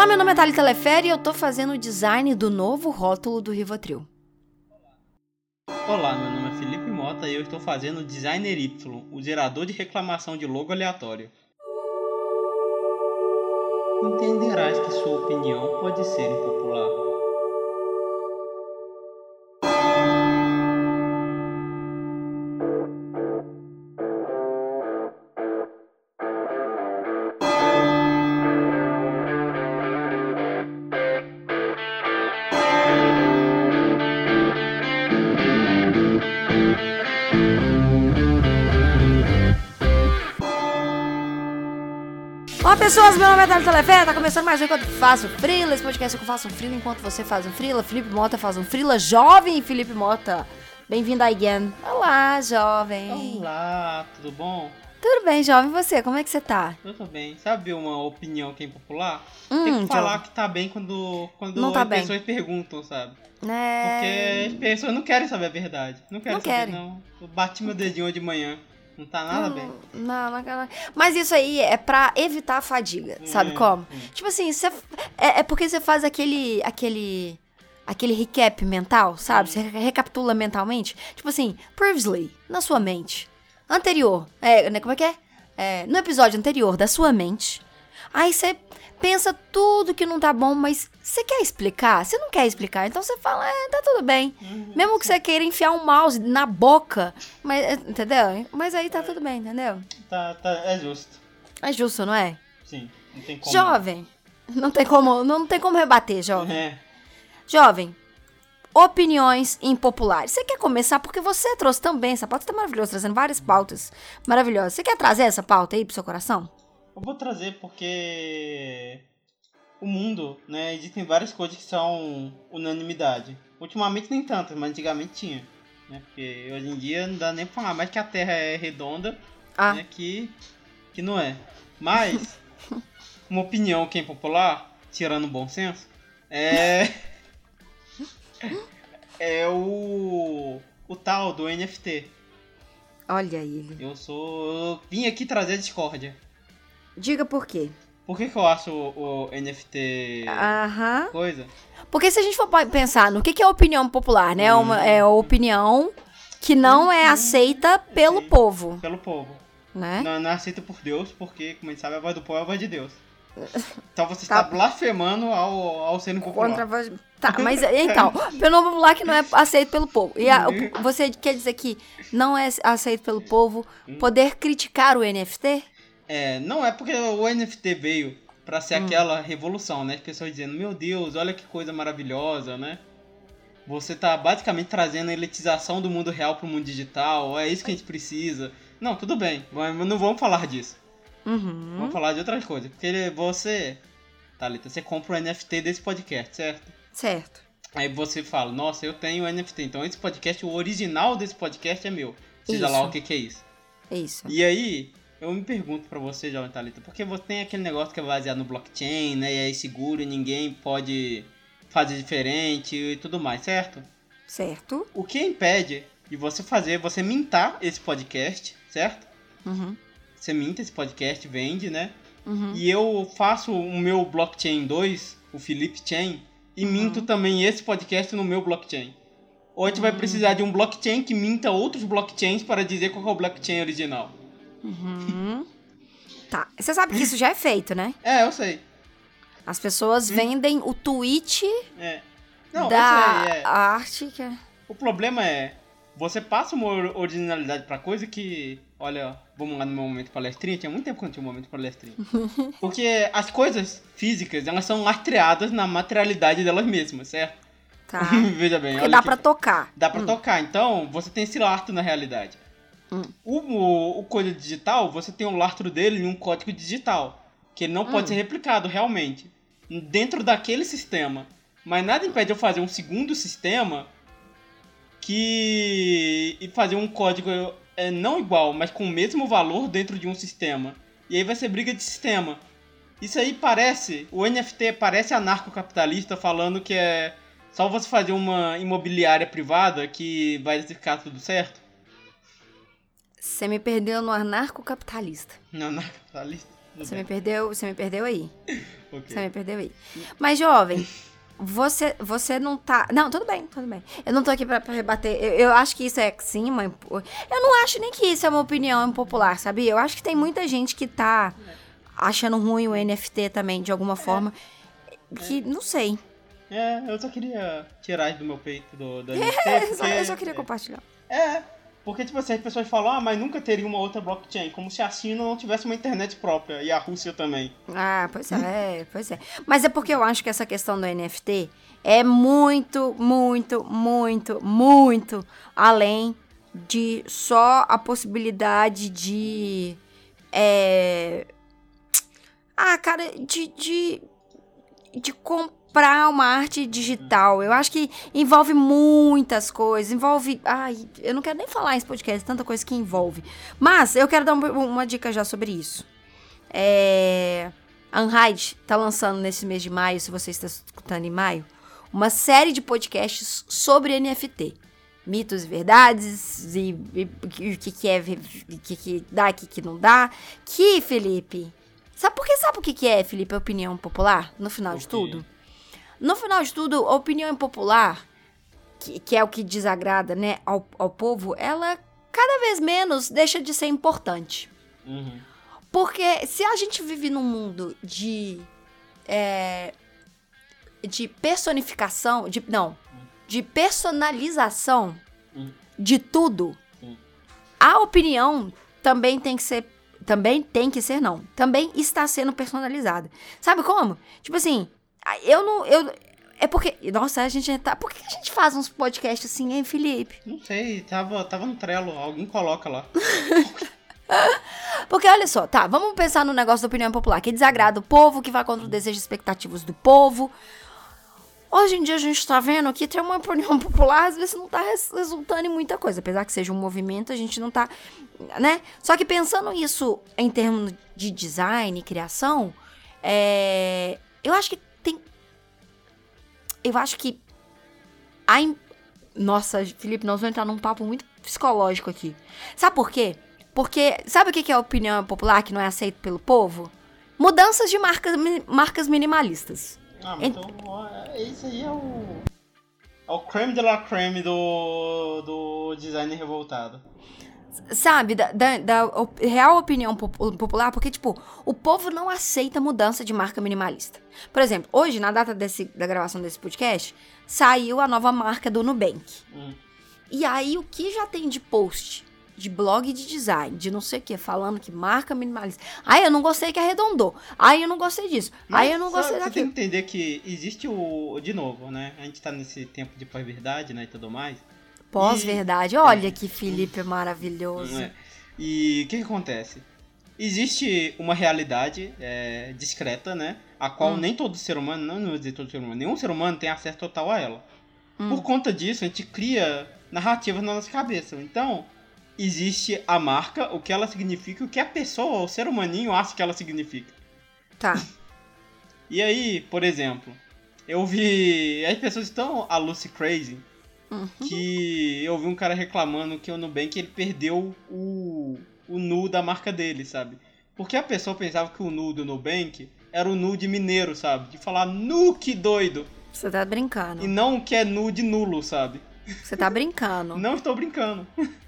Olá, meu nome é Thalita Lefere e eu tô fazendo o design do novo rótulo do Rivotril. Olá, meu nome é Felipe Mota e eu estou fazendo o Designer Y, o gerador de reclamação de logo aleatório. Entenderás que sua opinião pode ser impopular. Olá, pessoas, meu nome é Thalita Lefere, tá começando mais um Enquanto Faço Frila. Esse podcast é que eu faço um frila enquanto você faz um frila. Felipe Mota faz um frila, jovem Felipe Mota. Bem-vindo again. Olá, jovem. Olá, tudo bom? Tudo bem, jovem, e você? Como é que você tá? Eu tô bem. Sabe uma opinião que é impopular? Tem que falar jovem. que tá bem quando Não tá as bem. pessoas perguntam, sabe? É... Porque as pessoas não querem saber a verdade. Não querem saber, querem. não. Eu bati meu dedinho hoje de manhã. Não tá nada bem. Não. Mas isso aí é pra evitar a fadiga, sabe como? Tipo assim, é porque você faz aquele recap mental, sabe? Você recapitula mentalmente. Tipo assim, previously, na sua mente. Anterior, como é que é? No episódio anterior da sua mente. Aí você pensa tudo que não tá bom, mas você quer explicar? Você não quer explicar, então você fala, tá tudo bem. Mesmo que você queira enfiar um mouse na boca, mas, entendeu? Mas aí tá tudo bem, entendeu? É justo. É justo, não é? Sim, não tem como. Jovem, não tem como rebater, jovem. É. Jovem, opiniões impopulares. Você quer começar porque você trouxe também essa pauta, tá maravilhoso, trazendo várias pautas maravilhosas. Você quer trazer essa pauta aí pro seu coração? Eu vou trazer porque o mundo, né, existem várias coisas que são unanimidade. Ultimamente nem tantas, mas antigamente tinha. Né, porque hoje em dia não dá nem pra falar mais que a Terra é redonda, né, que não é. Mas, uma opinião que é impopular, tirando o bom senso, é o tal do NFT. Olha ele. Eu vim aqui trazer a discórdia. Diga por quê. Por que eu acho o NFT coisa? Porque se a gente for pensar no que é opinião popular, né? É a opinião que não é aceita pelo povo. Pelo povo. Né? Não é aceita por Deus, porque, como a gente sabe, a voz do povo é a voz de Deus. Então você está blasfemando ao ser impopular. Contra a voz... Tá, mas então, pelo popular que não é aceito pelo povo. E você quer dizer que não é aceito pelo povo poder criticar o NFT? Não é porque o NFT veio pra ser aquela revolução, né? As pessoas dizendo, meu Deus, olha que coisa maravilhosa, né? Você tá basicamente trazendo a elitização do mundo real pro mundo digital, é isso que a gente precisa. Não, tudo bem, mas não vamos falar disso. Vamos falar de outras coisas. Porque você, Thalita, você compra o NFT desse podcast, certo? Certo. Aí você fala, nossa, eu tenho o NFT, então esse podcast, o original desse podcast é meu. Seja lá o que é isso. Isso. E aí... eu me pergunto pra você, jovem Thalita, porque você tem aquele negócio que é baseado no blockchain, né? E é seguro e ninguém pode fazer diferente e tudo mais, certo? Certo. O que impede de você mintar esse podcast, certo? Você minta esse podcast, vende, né? E eu faço o meu blockchain 2, o Felipe Chain, e minto também esse podcast no meu blockchain. Ou a gente vai precisar de um blockchain que minta outros blockchains para dizer qual é o blockchain original. Tá, você sabe que isso já é feito, né? Eu sei. As pessoas vendem o tweet Não, da eu sei, arte que... O problema é, você passa uma originalidade pra coisa que... olha, vamos lá no meu momento palestrinha. Tinha muito tempo que eu não tinha um momento palestrinha. Porque as coisas físicas, elas são lastreadas na materialidade delas mesmas, certo? Tá. Veja bem. Porque dá pra tocar. Dá pra tocar, então você tem esse lastro na realidade. O coisa digital, você tem um lastro dele em um código digital, que ele não pode ser replicado realmente dentro daquele sistema. Mas nada impede eu fazer um segundo sistema e fazer um código não igual, mas com o mesmo valor dentro de um sistema. E aí vai ser briga de sistema. Isso aí o NFT parece anarcocapitalista falando que é só você fazer uma imobiliária privada que vai ficar tudo certo. Você me perdeu no anarcocapitalista. No anarcocapitalista? Você me perdeu aí. Ok. Você me perdeu aí. Mas, jovem, você não tá... Não, tudo bem. Eu não tô aqui pra rebater. Eu acho que isso é, sim, eu não acho nem que isso é uma opinião impopular, sabia? Eu acho que tem muita gente que tá achando ruim o NFT também, de alguma forma. Que, não sei. Eu só queria tirar isso do meu peito do NFT. Eu só queria compartilhar. Porque, tipo assim, as pessoas falam, mas nunca teria uma outra blockchain, como se a China não tivesse uma internet própria, e a Rússia também. Pois é. Mas é porque eu acho que essa questão do NFT é muito, muito, muito, muito além de só a possibilidade de... de comprar uma arte digital. Eu acho que envolve muitas coisas. Eu não quero nem falar nesse podcast, tanta coisa que envolve. Mas eu quero dar uma dica já sobre isso. A Unhide tá lançando nesse mês de maio, se você está escutando em maio, uma série de podcasts sobre NFT. Mitos e verdades, e o que dá, o que não dá. Felipe... Sabe o que é, Felipe, a opinião popular, no final de tudo? No final de tudo, a opinião impopular, que é o que desagrada, né, ao povo, ela cada vez menos deixa de ser importante. Uhum. Porque se a gente vive num mundo de personificação, de personalização de tudo, a opinião também está sendo personalizada. Sabe como? Tipo assim, é porque, nossa, por que a gente faz uns podcasts assim, hein, Felipe? Não sei, tava no Trello, alguém coloca lá. Porque, olha só, vamos pensar no negócio da opinião popular, que desagrada o povo, que vai contra os desejos e expectativas do povo. Hoje em dia a gente tá vendo que ter uma opinião popular às vezes não tá resultando em muita coisa. Apesar que seja um movimento, a gente não tá, né? Só que pensando isso em termos de design e criação, eu acho que Nossa, Felipe, nós vamos entrar num papo muito psicológico aqui. Sabe por quê? Porque, sabe o que é a opinião popular que não é aceito pelo povo? Mudanças de marcas minimalistas. Então, isso aí é o creme de la creme do design revoltado. Sabe, da real opinião popular, porque, tipo, o povo não aceita mudança de marca minimalista. Por exemplo, hoje, na data da gravação desse podcast, saiu a nova marca do Nubank. E aí, o que já tem de post, de blog de design, de não sei o que, falando que marca minimalista. Eu não gostei que arredondou. Eu não gostei disso. Eu não gostei daquilo. Você tem que entender que existe de novo, né? A gente tá nesse tempo de pós-verdade, né, e tudo mais. Pós-verdade. Olha que Felipe maravilhoso. E o que acontece? Existe uma realidade discreta, né? A qual nem todo ser humano, não vou dizer todo ser humano, nenhum ser humano tem acesso total a ela. Por conta disso, a gente cria narrativas na nossa cabeça. Então, existe a marca, o que ela significa, o que a pessoa, o ser humaninho, acha que ela significa. Tá. E aí, por exemplo, eu vi... As pessoas estão a Lucy Crazy, que eu vi um cara reclamando que o Nubank ele perdeu o nu da marca dele, sabe? Porque a pessoa pensava que o nu do Nubank era o nu de mineiro, sabe? De falar nu, que doido. Você tá brincando. E não que é nu de nulo, sabe? Você tá brincando. Não estou brincando.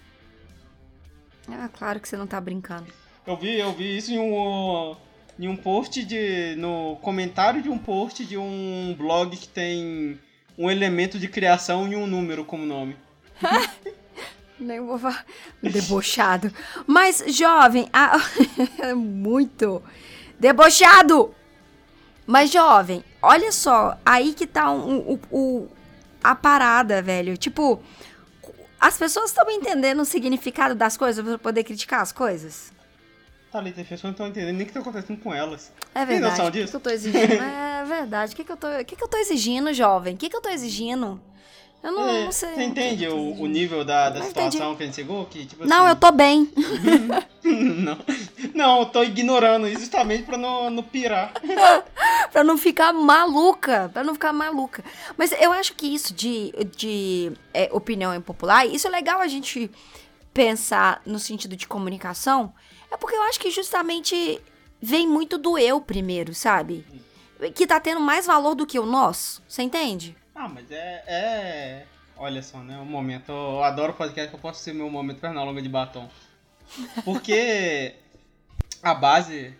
Claro que você não tá brincando. Eu vi isso em um post no comentário de um post de um blog que tem um elemento de criação e um número como nome. Nem vou falar. Debochado. Mas, jovem, muito debochado. Mas, jovem, olha só, aí que tá a parada, velho. Tipo, as pessoas estão entendendo o significado das coisas pra poder criticar as coisas? Thalita, as pessoas não estão entendendo nem o que tá acontecendo com elas. É verdade. Tem noção disso? O que eu tô exigindo? É verdade. O que eu tô exigindo, jovem? O que eu tô exigindo? Eu não sei. Você entende o nível da situação que a gente chegou? Que, tipo, não, assim... eu tô bem. Não, eu tô ignorando isso justamente pra não pirar. Pra não ficar maluca. Mas eu acho que isso de opinião impopular, isso é legal a gente pensar no sentido de comunicação, é porque eu acho que justamente vem muito do eu primeiro, sabe? Que tá tendo mais valor do que o nosso, você entende? Ah, mas olha só, né, um momento, eu adoro podcast que eu posso ser meu momento Pernalonga de batom. Porque a base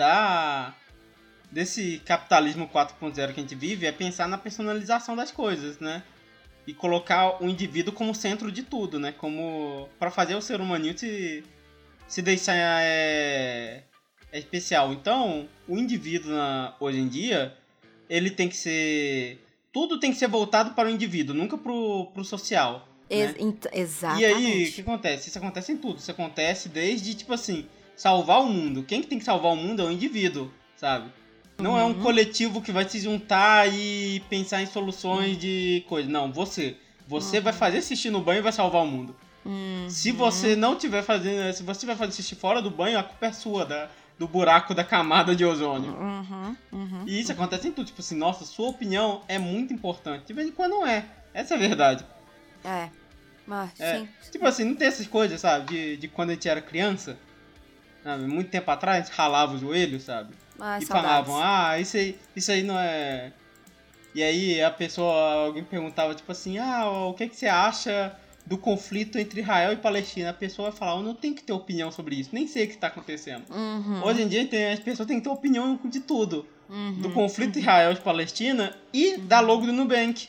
desse capitalismo 4.0 que a gente vive é pensar na personalização das coisas, né? E colocar o indivíduo como centro de tudo, né? Como para fazer o ser humaninho se deixar especial. Então, o indivíduo hoje em dia, ele tem que ser... Tudo tem que ser voltado para o indivíduo, nunca pro social. Né? Exatamente. E aí, o que acontece? Isso acontece em tudo. Isso acontece desde, tipo assim, salvar o mundo. Quem que tem que salvar o mundo é o indivíduo, sabe? Não é um coletivo que vai se juntar e pensar em soluções de coisa. Não, você. Você vai fazer xixi no banho e vai salvar o mundo. Se você não tiver fazendo... Se você estiver fazendo xixi fora do banho, a culpa é sua, do buraco da camada de ozônio. E isso acontece em tudo. Tipo assim, nossa, sua opinião é muito importante. De vez em quando não é. Essa é a verdade. Mas, sim. Tipo assim, não tem essas coisas, sabe? De quando a gente era criança. Sabe? Muito tempo atrás, ralava o joelho, sabe? E falavam, isso aí não é... E aí alguém perguntava, tipo assim, o que você acha do conflito entre Israel e Palestina? A pessoa vai falar, eu não tenho que ter opinião sobre isso, nem sei o que está acontecendo. Hoje em dia as pessoas têm que ter opinião de tudo. Do conflito Israel e Palestina e da logo do Nubank.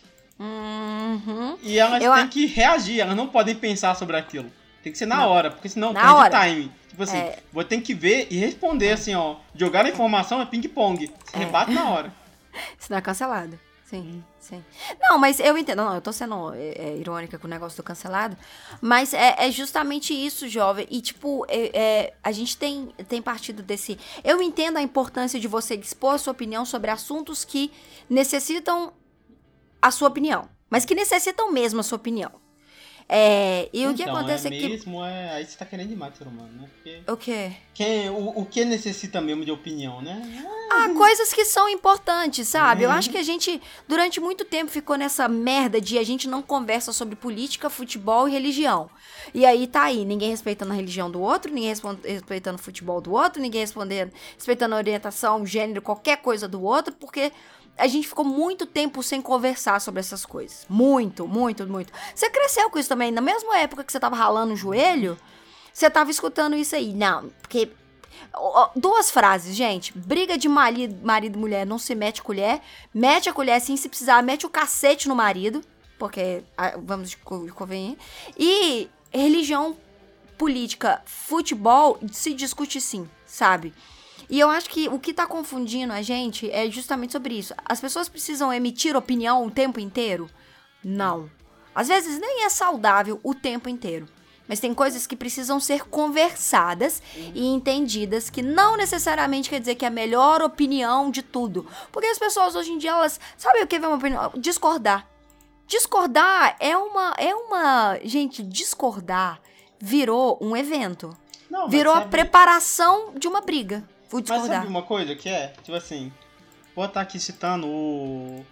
E elas têm que reagir, elas não podem pensar sobre aquilo. Tem que ser na hora, porque senão perde time. Tipo assim, vou ter que ver e responder assim, ó. Jogar a informação é ping-pong. Você rebate na hora. Senão é cancelado. Sim. Não, mas eu entendo. Não, eu tô sendo irônica com o negócio do cancelado. Mas é justamente isso, jovem. E, tipo, a gente tem partido desse... Eu entendo a importância de você expor a sua opinião sobre assuntos que necessitam a sua opinião. Mas que necessitam mesmo a sua opinião. E o que acontece aí você tá querendo demais do ser humano, né? Porque o quê? O que necessita mesmo de opinião, né? Coisas que são importantes, sabe? Eu acho que a gente, durante muito tempo, ficou nessa merda de a gente não conversa sobre política, futebol e religião. E aí tá aí, ninguém respeitando a religião do outro, ninguém respeitando o futebol do outro, ninguém respeitando a orientação, gênero, qualquer coisa do outro, porque... A gente ficou muito tempo sem conversar sobre essas coisas. Muito. Você cresceu com isso também. Na mesma época que você tava ralando o joelho, você tava escutando isso aí. Não, porque... Duas frases, gente. Briga de marido e mulher, não se mete colher. Mete a colher, sim, se precisar. Mete o cacete no marido. Porque, vamos de convenir. E religião, política, futebol, se discute sim, sabe? E eu acho que o que tá confundindo a gente é justamente sobre isso. As pessoas precisam emitir opinião o tempo inteiro? Não. Às vezes nem é saudável o tempo inteiro. Mas tem coisas que precisam ser conversadas e entendidas, que não necessariamente quer dizer que é a melhor opinião de tudo. Porque as pessoas hoje em dia, elas... Sabe o que é uma opinião? Discordar. Discordar é uma... Gente, discordar virou um evento. Não, virou a preparação de uma briga. Vou discordar. Mas sabe uma coisa que é? Tipo assim, vou estar aqui citando o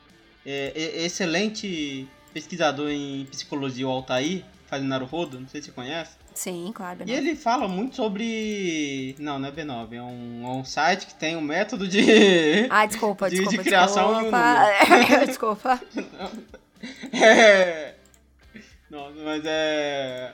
excelente pesquisador em psicologia, o Altair, fazendo Naruhodo, não sei se você conhece. Sim, claro. B9. E ele fala muito sobre... Não é B9, é um site que tem um método de... Desculpa. de criação e um número. Desculpa. Não, mas é...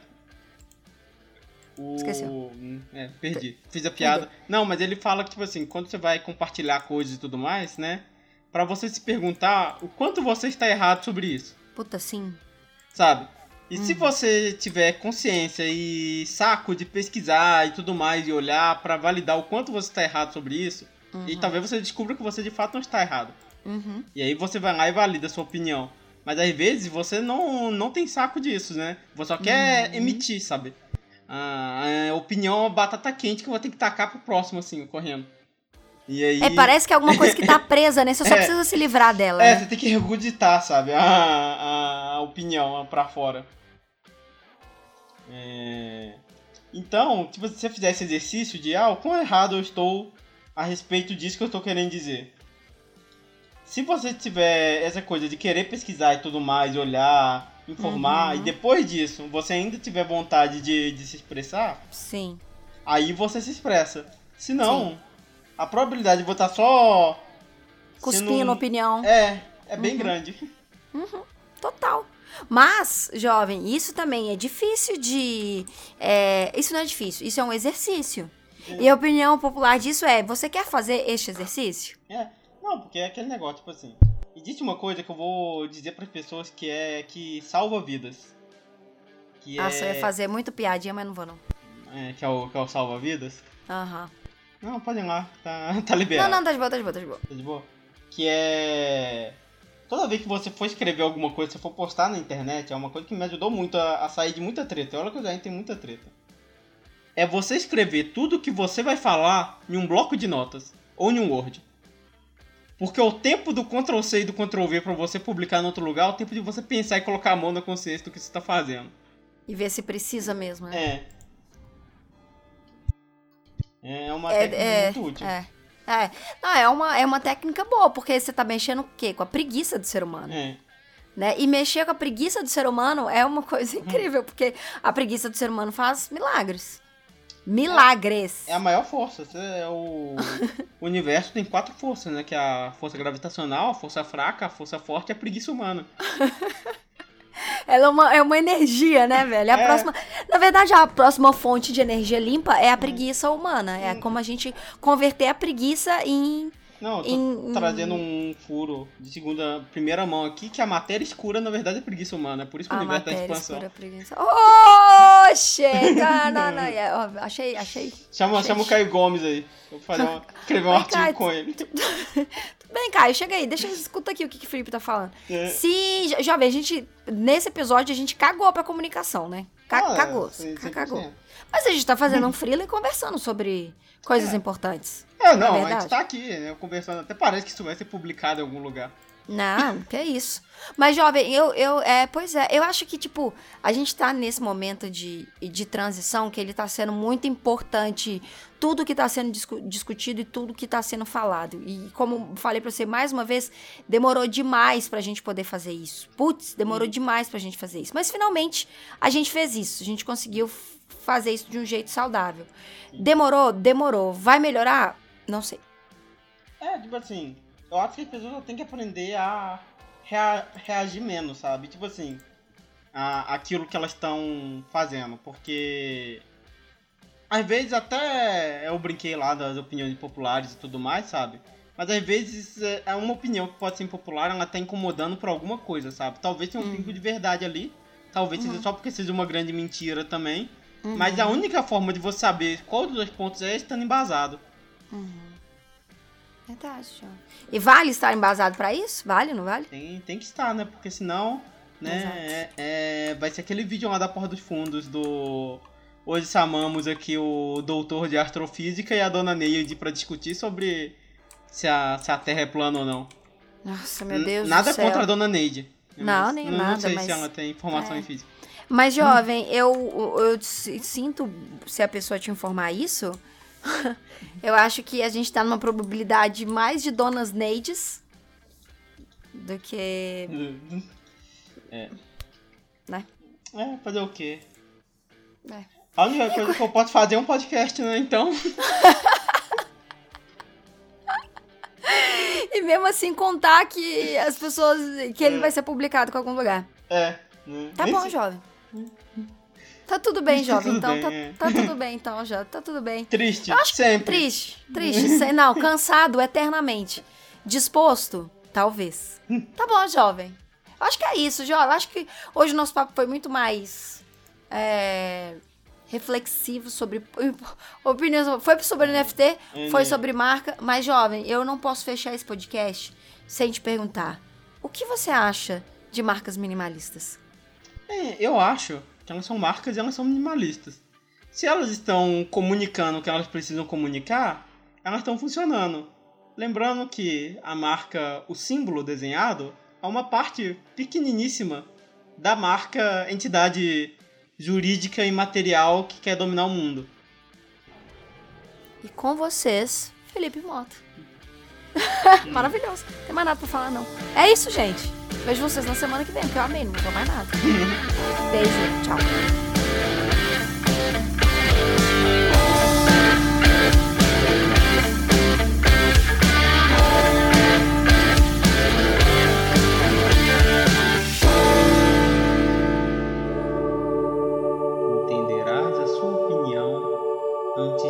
Esqueceu. Perdi. Fiz a piada. Não, mas ele fala que, tipo assim, quando você vai compartilhar coisas e tudo mais, né? Pra você se perguntar o quanto você está errado sobre isso. Puta, sim. Sabe? E se você tiver consciência e saco de pesquisar e tudo mais, e olhar pra validar o quanto você está errado sobre isso, e talvez você descubra que você de fato não está errado. E aí você vai lá e valida a sua opinião. Mas às vezes você não tem saco disso, né? Você só quer emitir, sabe? A opinião é uma batata quente que eu vou ter que tacar pro próximo, assim, correndo. E aí... parece que é alguma coisa que tá presa, né? Você só precisa se livrar dela, né? Você tem que regurgitar, sabe? A opinião pra fora. Então, tipo, se você fizer esse exercício de o quão errado eu estou a respeito disso que eu estou querendo dizer. Se você tiver essa coisa de querer pesquisar e tudo mais, olhar, informar, e depois disso você ainda tiver vontade de se expressar, sim, aí você se expressa. Se não, a probabilidade de eu estar só... Cuspindo opinião. É bem grande. Total. Mas, jovem, isso também é difícil de... isso não é difícil, isso é um exercício. E a opinião popular disso você quer fazer este exercício? Não, porque é aquele negócio, tipo assim... Existe uma coisa que eu vou dizer para as pessoas que salva vidas. Nossa, eu ia fazer muito piadinha, mas não vou não. Que é o salva-vidas? Aham. Não, pode ir lá, tá liberado. Não, tá de boa. Tá de boa? Que é... Toda vez que você for escrever alguma coisa, se for postar na internet, é uma coisa que me ajudou muito a sair de muita treta. Olha que eu já tenho muita treta. É você escrever tudo que você vai falar em um bloco de notas. Ou em um Word. Porque o tempo do Ctrl+C e do Ctrl+V pra você publicar em outro lugar é o tempo de você pensar e colocar a mão na consciência do que você tá fazendo. E ver se precisa mesmo, né? É uma técnica muito útil. Não, é uma técnica boa, porque você tá mexendo o quê? Com a preguiça do ser humano. Né? E mexer com a preguiça do ser humano é uma coisa incrível, porque a preguiça do ser humano faz milagres. Milagres! É a maior força. O universo tem 4 forças, né? Que é a força gravitacional, a força fraca, a força forte e a preguiça humana. Ela é uma energia, né, velho? Na verdade, a próxima fonte de energia limpa é a preguiça humana. É como a gente converter a preguiça em... Não, eu tô trazendo um furo de primeira mão aqui, que a matéria escura, na verdade, é preguiça humana. É por isso que o universo tá em expansão. Escura, preguiça. Oxê! Não. Achei. Chama o Caio Gomes aí. Eu vou escrever um artigo Caio, com ele. Tudo bem, Caio, chega aí. Escuta aqui o que o Felipe tá falando. Jovem, nesse episódio, a gente cagou pra comunicação, né? Cagou. Mas a gente tá fazendo um freela e conversando sobre coisas importantes. Não, a gente tá aqui, né, conversando. Até parece que isso vai ser publicado em algum lugar. Não, que é isso. Mas, jovem, eu acho que, tipo, a gente tá nesse momento de transição que ele tá sendo muito importante, tudo que tá sendo discutido e tudo que tá sendo falado. E como falei pra você mais uma vez, demorou demais pra gente poder fazer isso. Demorou demais pra gente fazer isso. Mas, finalmente, a gente fez isso. A gente conseguiu fazer isso de um jeito saudável. Demorou. Vai melhorar? Não sei. Tipo assim... Eu acho que as pessoas têm que aprender a reagir menos, sabe? Tipo assim, aquilo que elas estão fazendo. Porque, às vezes, até eu brinquei lá das opiniões populares e tudo mais, sabe? Mas, às vezes, é uma opinião que pode ser impopular, ela tá incomodando por alguma coisa, sabe? Talvez tenha um pingo de verdade ali. Talvez seja só porque seja uma grande mentira também. Mas a única forma de você saber qual dos dois pontos é estando embasado. Verdade, João. E vale estar embasado pra isso? Vale, não vale? Tem que estar, né? Porque senão, né, vai ser aquele vídeo lá da Porta dos Fundos do... Hoje chamamos aqui o doutor de astrofísica e a dona Neide pra discutir sobre se a Terra é plana ou não. Nossa, meu Deus Nada do céu. contra a dona Neide. Não, Não sei se ela tem informação em física. Mas, jovem, eu sinto, se a pessoa te informar isso... Eu acho que a gente tá numa probabilidade mais de donas Neides do que... Né? Fazer o quê? A única coisa que eu posso fazer é um podcast, né? Então... E mesmo assim contar que as pessoas... Que ele vai ser publicado em algum lugar. Tá bom, jovem. Tá tudo bem, jovem. Então, tá tudo bem, então, já. Tá tudo bem. Triste, sempre. Triste. Não, cansado eternamente. Disposto? Talvez. Tá bom, jovem. Eu acho que é isso, jovem. Eu acho que hoje o nosso papo foi muito mais reflexivo sobre opiniões. Foi sobre NFT, foi sobre marca. Mas, jovem, eu não posso fechar esse podcast sem te perguntar. O que você acha de marcas minimalistas? Eu acho... Elas são marcas e elas são minimalistas. Se elas estão comunicando o que elas precisam comunicar, elas estão funcionando. Lembrando que a marca, o símbolo desenhado, é uma parte pequeniníssima da marca entidade jurídica e material que quer dominar o mundo. E com vocês, Felipe Mota. Maravilhoso. Não tem mais nada pra falar, não. É isso, gente. Vejo vocês na semana que vem, porque eu amei, não vou falar mais nada. Beijo, tchau. Antes